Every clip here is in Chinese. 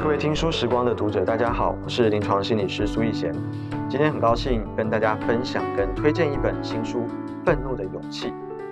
各位听书时光的读者，大家好，我是临床心理师苏奕贤。今天很高兴跟大家分享跟推荐一本新书《愤怒的勇气》。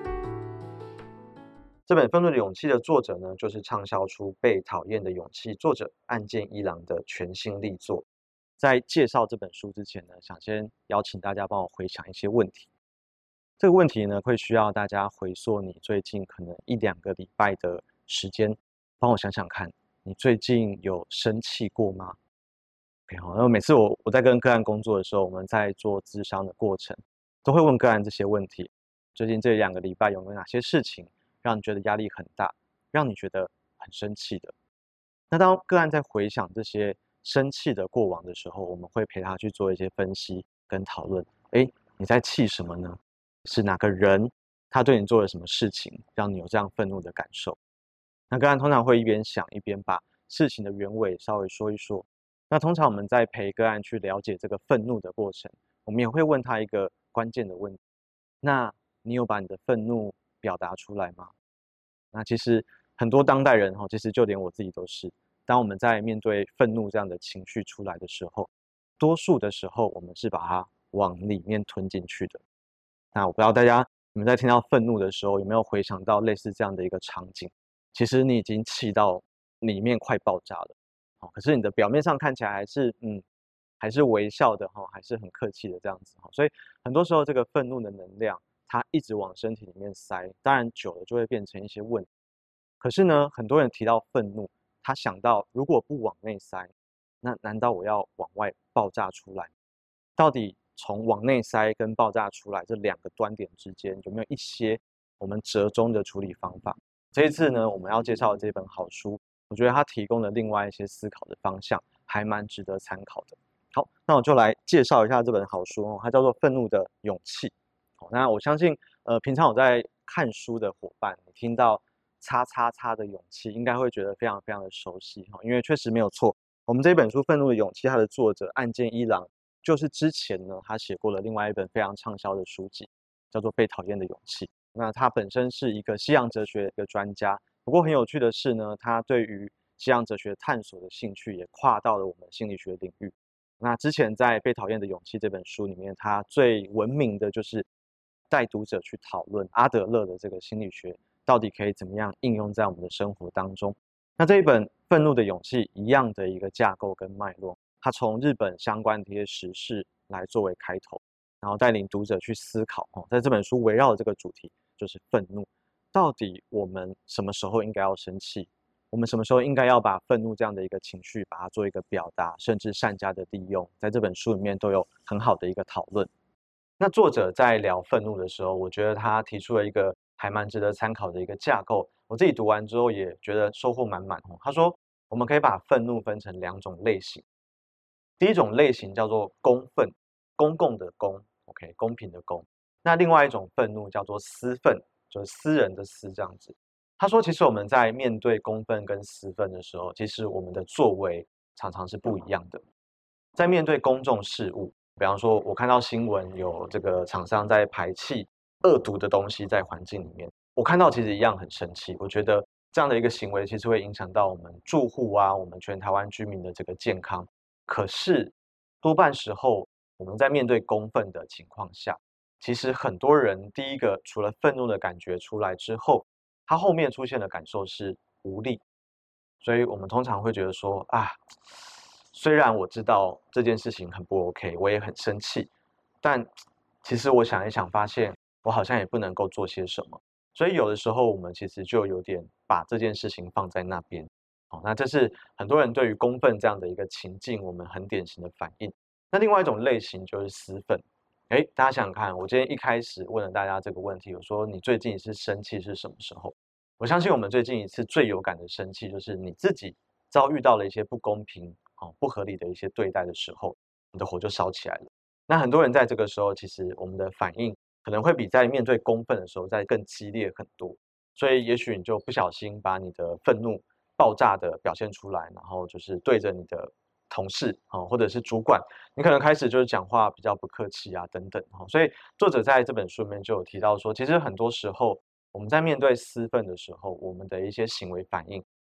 这本《愤怒的勇气》的作者呢，就是畅销出《被讨厌的勇气》作者岸见一郎的全新力作。在介绍这本书之前呢，想先邀请大家帮我回想一些问题。这个问题呢，会需要大家回溯你最近可能1-2个礼拜的时间，帮我想想看，你最近有生气过吗？然后每次我在跟个案工作的时候，我们在做咨商的过程，都会问个案这些问题。最近这2个礼拜有没有哪些事情让你觉得压力很大，让你觉得很生气的？那当个案在回想这些生气的过往的时候，我们会陪他去做一些分析跟讨论。你在气什么呢？是哪个人他对你做了什么事情，让你有这样愤怒的感受？那个案通常会一边想一边把事情的原委稍微说一说。那通常我们在陪个案去了解这个愤怒的过程，我们也会问他一个关键的问题：那你有把你的愤怒表达出来吗？那其实很多当代人其实就连我自己都是，当我们在面对愤怒这样的情绪出来的时候，多数的时候我们是把它往里面吞进去的。那我不知道你们在听到愤怒的时候，有没有回想到类似这样的一个场景？其实你已经气到里面快爆炸了，可是你的表面上看起来还是微笑的，还是很客气的这样子。所以很多时候这个愤怒的能量，它一直往身体里面塞，当然久了就会变成一些问题。可是呢，很多人提到愤怒，他想到如果不往内塞，那难道我要往外爆炸出来？到底从往内塞跟爆炸出来这2个端点之间，有没有一些我们折中的处理方法？这一次呢，我们要介绍的这本好书，我觉得它提供了另外一些思考的方向，还蛮值得参考的。好，那我就来介绍一下这本好书它叫做《愤怒的勇气》。那我相信平常有在看书的伙伴，你听到叉叉叉的勇气，应该会觉得非常非常的熟悉因为确实没有错。我们这本书《愤怒的勇气》，它的作者岸见一郎，就是之前呢他写过了另外一本非常畅销的书籍，叫做《被讨厌的勇气》。那他本身是一个西洋哲学的一个专家，不过很有趣的是呢，他对于西洋哲学探索的兴趣也跨到了我们心理学领域。那之前在《被讨厌的勇气》这本书里面，他最闻名的就是带读者去讨论阿德勒的这个心理学到底可以怎么样应用在我们的生活当中。那这一本《愤怒的勇气》一样的一个架构跟脉络，它从日本相关的一些时事来作为开头，然后带领读者去思考在这本书围绕的这个主题就是愤怒，到底我们什么时候应该要生气？我们什么时候应该要把愤怒这样的一个情绪把它做一个表达，甚至善加的利用，在这本书里面都有很好的一个讨论。那作者在聊愤怒的时候，我觉得他提出了一个还蛮值得参考的一个架构，我自己读完之后也觉得收获满满他说我们可以把愤怒分成2种类型。第一种类型叫做公愤，公共的公 ，OK， 公平的公。那另外一种愤怒叫做私愤，就是私人的私这样子。他说，其实我们在面对公愤跟私愤的时候，其实我们的作为常常是不一样的。在面对公众事务，比方说我看到新闻有这个厂商在排气恶毒的东西在环境里面，我看到其实一样很生气。我觉得这样的一个行为其实会影响到我们住户啊，我们全台湾居民的这个健康。可是多半时候我们在面对公愤的情况下，其实很多人第一个除了愤怒的感觉出来之后，他后面出现的感受是无力。所以我们通常会觉得说虽然我知道这件事情很不 OK， 我也很生气，但其实我想一想发现我好像也不能够做些什么。所以有的时候我们其实就有点把这件事情放在那边。那这是很多人对于公愤这样的一个情境，我们很典型的反应。那另外一种类型就是私愤。大家想想看，我今天一开始问了大家这个问题，我说你最近一次生气是什么时候？我相信我们最近一次最有感的生气，就是你自己遭遇到了一些不公平、不合理的一些对待的时候，你的火就烧起来了。那很多人在这个时候，其实我们的反应可能会比在面对公愤的时候再更激烈很多。所以也许你就不小心把你的愤怒爆炸的表现出来，然后就是对着你的同事或者是主管，你可能开始就是讲话比较不客气啊等等所以作者在这本书里面就有提到说，其实很多时候我们在面对私愤的时候，我们的一些行为反应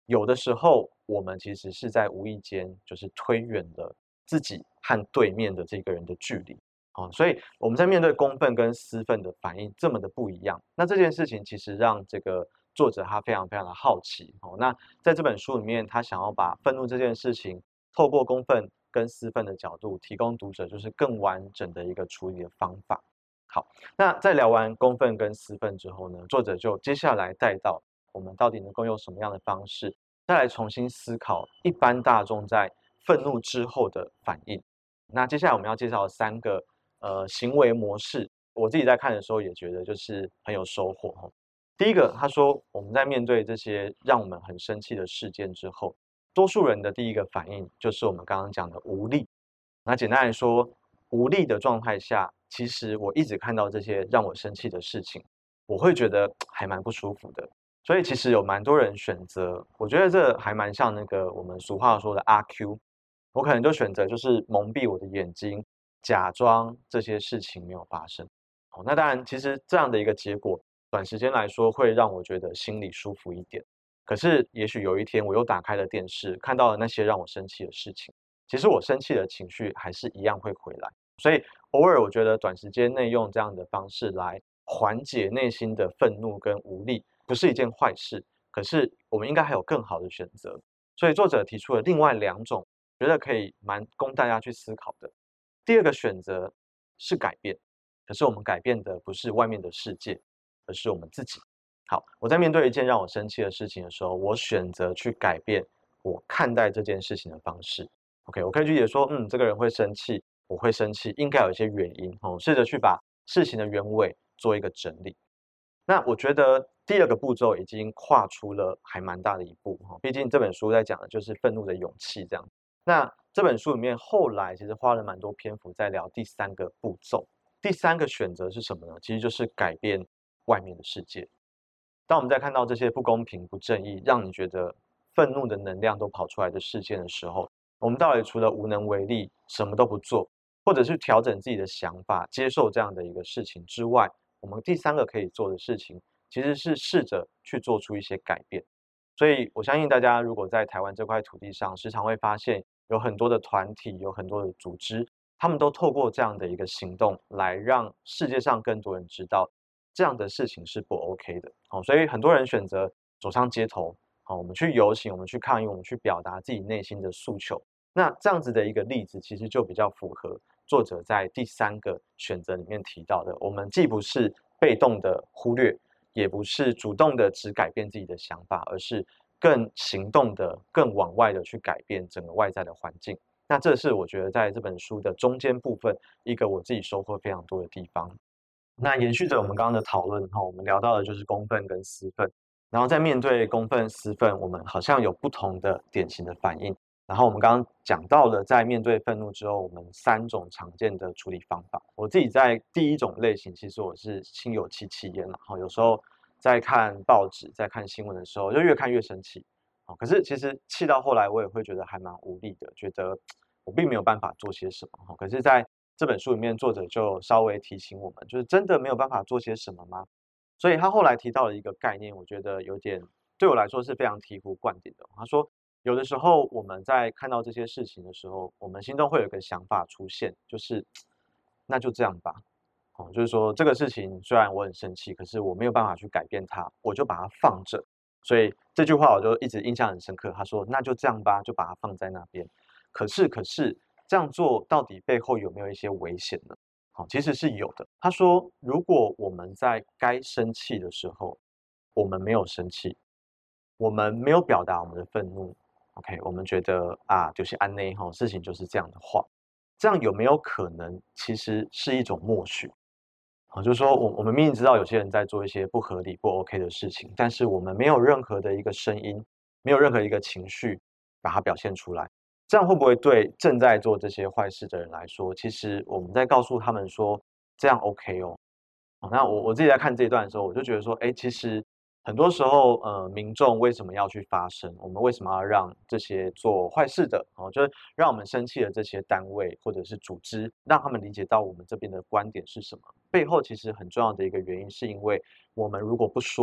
有的时候我们其实是在无意间就是推远了自己和对面的这个人的距离。所以我们在面对公愤跟私愤的反应这么的不一样，那这件事情其实让这个作者他非常非常的好奇。那在这本书里面，他想要把愤怒这件事情，透过公愤跟私愤的角度，提供读者就是更完整的一个处理的方法。好，那在聊完公愤跟私愤之后呢，作者就接下来带到我们到底能够用什么样的方式，再来重新思考一般大众在愤怒之后的反应。那接下来我们要介绍3个行为模式，我自己在看的时候也觉得就是很有收获哈。第一个，他说我们在面对这些让我们很生气的事件之后，多数人的第一个反应就是我们刚刚讲的无力。那简单来说，无力的状态下，其实我一直看到这些让我生气的事情，我会觉得还蛮不舒服的。所以其实有蛮多人选择，我觉得这还蛮像那个我们俗话说的阿 Q，我可能就选择就是蒙蔽我的眼睛，假装这些事情没有发生。那当然，其实这样的一个结果，短时间来说会让我觉得心里舒服一点。可是，也许有一天我又打开了电视，看到了那些让我生气的事情，其实我生气的情绪还是一样会回来。所以，偶尔我觉得短时间内用这样的方式来缓解内心的愤怒跟无力，不是一件坏事。可是，我们应该还有更好的选择。所以，作者提出了另外2种，觉得可以蛮供大家去思考的。第二个选择是改变，可是我们改变的不是外面的世界，而是我们自己。好，我在面对一件让我生气的事情的时候，我选择去改变我看待这件事情的方式。OK，我可以理解说，这个人会生气，我会生气，应该有一些原因试着去把事情的原委做一个整理。那我觉得第2个步骤已经跨出了还蛮大的一步毕竟这本书在讲的就是愤怒的勇气这样。那这本书里面后来其实花了蛮多篇幅在聊第3个步骤。第3个选择是什么呢？其实就是改变外面的世界。当我们在看到这些不公平、不正义，让你觉得愤怒的能量都跑出来的事件的时候，我们到底除了无能为力，什么都不做，或者是调整自己的想法，接受这样的一个事情之外，我们第3个可以做的事情，其实是试着去做出一些改变。所以我相信大家如果在台湾这块土地上，时常会发现有很多的团体，有很多的组织，他们都透过这样的一个行动，来让世界上更多人知道这样的事情是不 OK 的。所以很多人选择走上街头，我们去游行，我们去抗议，我们去表达自己内心的诉求。那这样子的一个例子，其实就比较符合作者在第3个选择里面提到的，我们既不是被动的忽略，也不是主动的只改变自己的想法，而是更行动的、更往外的去改变整个外在的环境。那这是我觉得在这本书的中间部分，一个我自己收获非常多的地方。那延续着我们刚刚的讨论我们聊到的就是公愤跟私愤，然后在面对公愤、私愤，我们好像有不同的典型的反应。然后我们刚刚讲到了，在面对愤怒之后，我们3种常见的处理方法。我自己在第1种类型，其实我是心有戚戚焉有时候在看报纸、在看新闻的时候，就越看越生气。可是其实气到后来，我也会觉得还蛮无力的，觉得我并没有办法做些什么可是在这本书里面，作者就稍微提醒我们，就是真的没有办法做些什么吗？所以他后来提到了一个概念，我觉得有点对我来说是非常醍醐灌顶的。他说，有的时候我们在看到这些事情的时候，我们心中会有一个想法出现，就是那就这样吧。就是说这个事情虽然我很生气，可是我没有办法去改变它，我就把它放着。所以这句话我就一直印象很深刻。他说：“那就这样吧，就把它放在那边。”可是这样做到底背后有没有一些危险呢？其实是有的。他说，如果我们在该生气的时候，我们没有生气，我们没有表达我们的愤怒，OK，我们觉得就是安内事情就是这样的话，这样有没有可能其实是一种默许？就是说我们明明知道有些人在做一些不合理、不 OK 的事情，但是我们没有任何的一个声音，没有任何一个情绪把它表现出来，这样会不会对正在做这些坏事的人来说，其实我们在告诉他们说这样 OK 哦？那我自己在看这一段的时候，我就觉得说，其实很多时候，民众为什么要去发声？我们为什么要让这些做坏事的，就是让我们生气的这些单位或者是组织，让他们理解到我们这边的观点是什么？背后其实很重要的一个原因，是因为我们如果不说，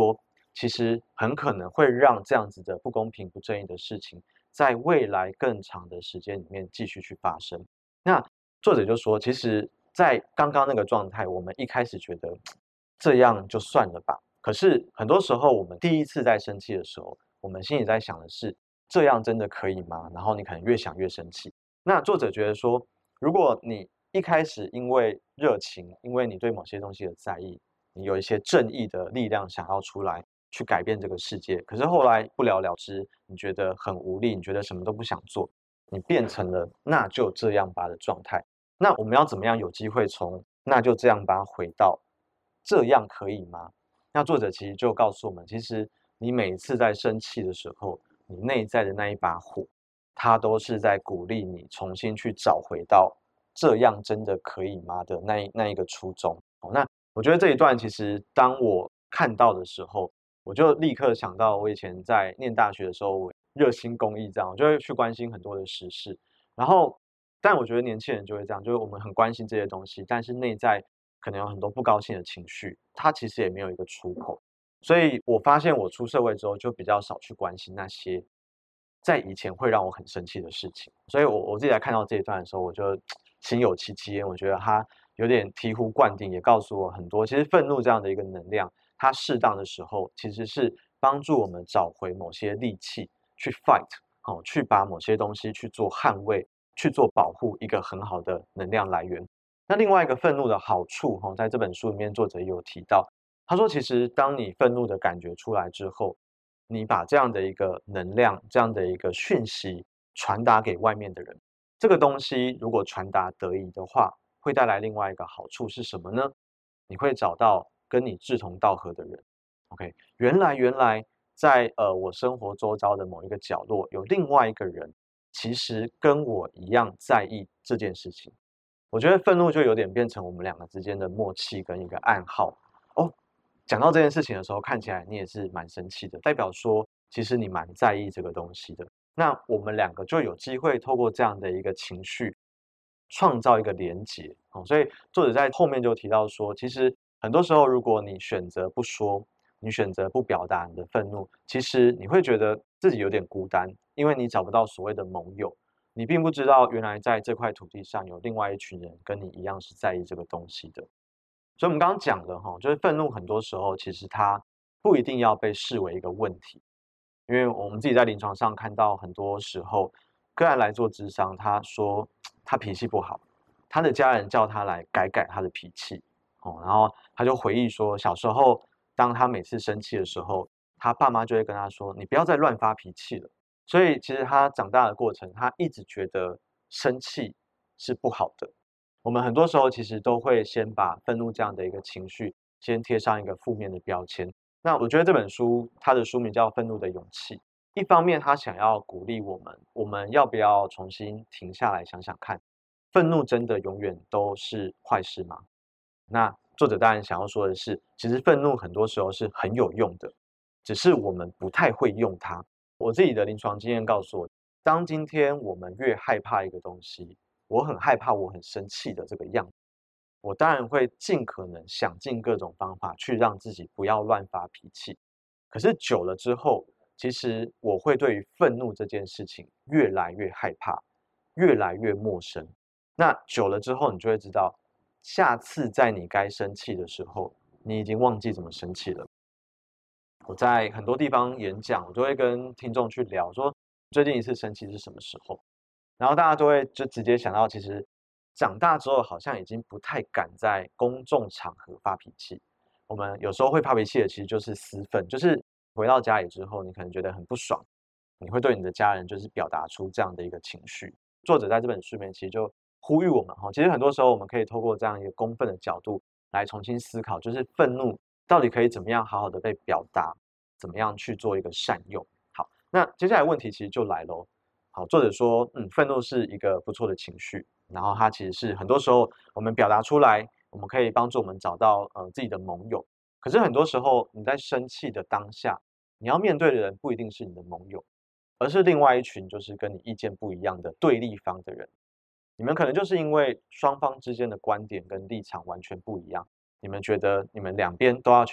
其实很可能会让这样子的不公平、不正义的事情，在未来更长的时间里面继续去发生。那作者就说，其实，在刚刚那个状态，我们一开始觉得这样就算了吧。可是很多时候，我们第一次在生气的时候，我们心里在想的是，这样真的可以吗？然后你可能越想越生气。那作者觉得说，如果你一开始因为热情，因为你对某些东西的在意，你有一些正义的力量想要出来去改变这个世界，可是后来不了了之，你觉得很无力，你觉得什么都不想做，你变成了那就这样吧的状态。那我们要怎么样有机会从那就这样吧回到这样可以吗？那作者其实就告诉我们，其实你每一次在生气的时候，你内在的那一把火，它都是在鼓励你重新去找回到这样真的可以吗的那一个初衷。那我觉得这一段其实当我看到的时候，我就立刻想到我以前在念大学的时候，我热心公益这样，我就会去关心很多的时事。然后，但我觉得年轻人就会这样，就是我们很关心这些东西，但是内在可能有很多不高兴的情绪，它其实也没有一个出口。所以我发现我出社会之后，就比较少去关心那些在以前会让我很生气的事情。所以我自己在看到这一段的时候，我就心有戚戚焉。我觉得他有点醍醐灌顶，也告诉我很多，其实愤怒这样的一个能量，它适当的时候其实是帮助我们找回某些力气去 fight，去把某些东西去做捍卫、去做保护，一个很好的能量来源。那另外一个愤怒的好处，在这本书里面作者也有提到，他说，其实当你愤怒的感觉出来之后，你把这样的一个能量、这样的一个讯息传达给外面的人，这个东西如果传达得宜的话，会带来另外一个好处是什么呢？你会找到跟你志同道合的人。OK，原来在我生活周遭的某一个角落，有另外一个人，其实跟我一样在意这件事情。我觉得愤怒就有点变成我们两个之间的默契跟一个暗号。哦，讲到这件事情的时候，看起来你也是蛮生气的，代表说其实你蛮在意这个东西的。那我们两个就有机会透过这样的一个情绪，创造一个连结。所以作者在后面就提到说，其实很多时候，如果你选择不说，你选择不表达你的愤怒，其实你会觉得自己有点孤单，因为你找不到所谓的盟友，你并不知道原来在这块土地上有另外一群人跟你一样是在意这个东西的。所以我们刚刚讲的就是愤怒很多时候其实它不一定要被视为一个问题，因为我们自己在临床上看到很多时候个案来做咨商，他说他脾气不好，他的家人叫他来改他的脾气，然后他就回忆说，小时候当他每次生气的时候，他爸妈就会跟他说：“你不要再乱发脾气了。”所以其实他长大的过程，他一直觉得生气是不好的。我们很多时候其实都会先把愤怒这样的一个情绪，先贴上一个负面的标签。那我觉得这本书它的书名叫《愤怒的勇气》，一方面他想要鼓励我们，我们要不要重新停下来想想看，愤怒真的永远都是坏事吗？那作者当然想要说的是，其实愤怒很多时候是很有用的，只是我们不太会用它。我自己的临床经验告诉我，当今天我们越害怕一个东西，我很害怕，我很生气的这个样子，我当然会尽可能想尽各种方法去让自己不要乱发脾气。可是久了之后，其实我会对于愤怒这件事情越来越害怕，越来越陌生。那久了之后，你就会知道，下次在你该生气的时候，你已经忘记怎么生气了。我在很多地方演讲，我都会跟听众去聊说，最近一次生气是什么时候？然后大家都会就直接想到，其实长大之后好像已经不太敢在公众场合发脾气。我们有时候会发脾气的，其实就是私愤，就是回到家里之后，你可能觉得很不爽，你会对你的家人就是表达出这样的一个情绪。作者在这本书里面其实就呼吁我们其实很多时候我们可以透过这样一个公愤的角度来重新思考，就是愤怒到底可以怎么样好好的被表达，怎么样去做一个善用。好，那接下来问题其实就来喽。好，作者说，愤怒是一个不错的情绪，然后它其实是很多时候我们表达出来，我们可以帮助我们找到自己的盟友。可是很多时候你在生气的当下，你要面对的人不一定是你的盟友，而是另外一群就是跟你意见不一样的对立方的人。你们可能就是因为双方之间的观点跟立场完全不一样，你们觉得你们两边都要去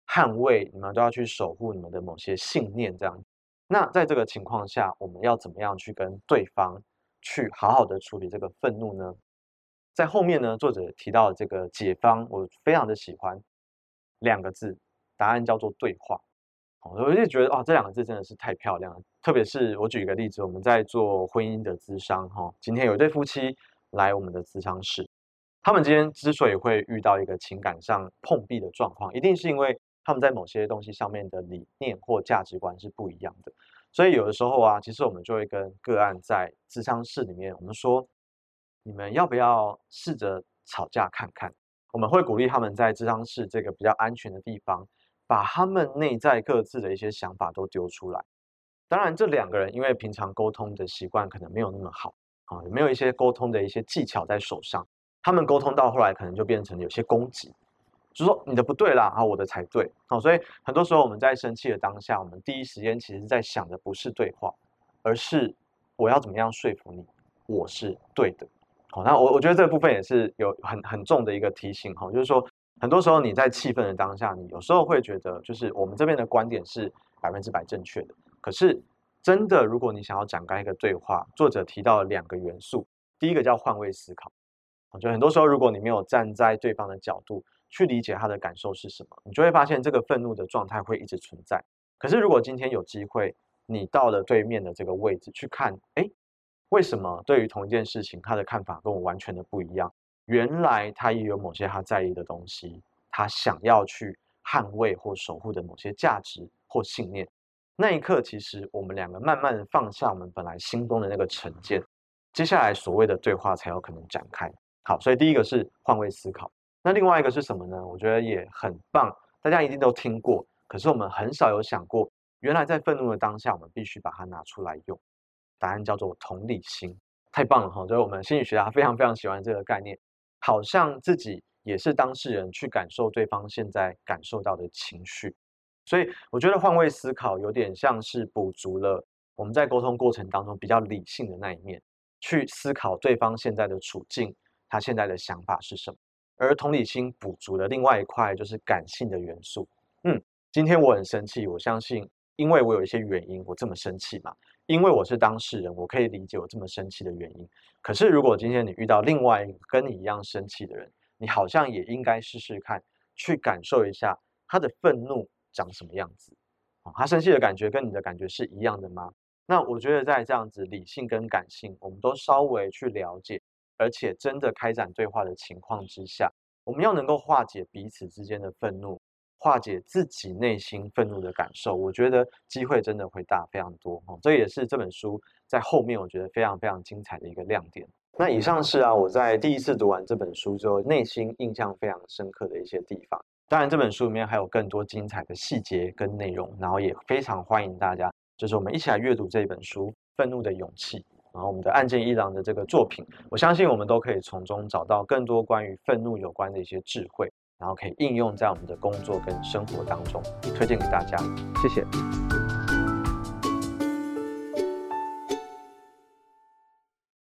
捍卫，你们都要去守护你们的某些信念这样。那在这个情况下，我们要怎么样去跟对方去好好的处理这个愤怒呢？在后面呢，作者提到的这个解方，我非常的喜欢，两个字，答案叫做对话。我就觉得这两个字真的是太漂亮了。特别是我举一个例子，我们在做婚姻的咨商今天有一对夫妻来我们的咨商室，他们今天之所以会遇到一个情感上碰壁的状况，一定是因为他们在某些东西上面的理念或价值观是不一样的。所以有的时候其实我们就会跟个案在咨商室里面，我们说，你们要不要试着吵架看看？我们会鼓励他们在咨商室这个比较安全的地方，把他们内在各自的一些想法都丢出来。当然，这两个人因为平常沟通的习惯可能没有那么好也没有一些沟通的一些技巧在手上，他们沟通到后来可能就变成有些攻击，就说你的不对啦，我的才对。所以很多时候我们在生气的当下，我们第一时间其实在想的不是对话，而是我要怎么样说服你我是对的。那我觉得这个部分也是有很重的一个提醒就是说很多时候你在气愤的当下，你有时候会觉得就是我们这边的观点是100%正确的，可是真的如果你想要展开一个对话，作者提到了2个元素，第一个叫换位思考。我觉得很多时候如果你没有站在对方的角度去理解他的感受是什么，你就会发现这个愤怒的状态会一直存在。可是如果今天有机会，你到了对面的这个位置去看，为什么对于同一件事情，他的看法跟我完全的不一样？原来他也有某些他在意的东西，他想要去捍卫或守护的某些价值或信念。那一刻，其实我们两个慢慢的放下我们本来心中的那个成见，接下来所谓的对话才有可能展开。好，所以第一个是换位思考。那另外一个是什么呢？我觉得也很棒，大家一定都听过，可是我们很少有想过，原来在愤怒的当下，我们必须把它拿出来用。答案叫做同理心，太棒了所以我们心理学家非常非常喜欢这个概念，好像自己也是当事人去感受对方现在感受到的情绪。所以我觉得换位思考有点像是补足了我们在沟通过程当中比较理性的那一面，去思考对方现在的处境，他现在的想法是什么。而同理心补足了另外一块，就是感性的元素。今天我很生气，我相信因为我有一些原因我这么生气嘛，因为我是当事人，我可以理解我这么生气的原因。可是如果今天你遇到另外一个跟你一样生气的人，你好像也应该试试看，去感受一下他的愤怒长什么样子。他生气的感觉跟你的感觉是一样的吗？那我觉得在这样子理性跟感性，我们都稍微去了解，而且真的开展对话的情况之下，我们要能够化解彼此之间的愤怒，化解自己内心愤怒的感受，我觉得机会真的会大非常多这也是这本书在后面我觉得非常非常精彩的一个亮点。那以上是我在第一次读完这本书之后，内心印象非常深刻的一些地方。当然，这本书里面还有更多精彩的细节跟内容，然后也非常欢迎大家，就是我们一起来阅读这本书《愤怒的勇气》，然后我们的岸见一郎的这个作品，我相信我们都可以从中找到更多关于愤怒有关的一些智慧，然后可以应用在我们的工作跟生活当中，推荐给大家。谢谢。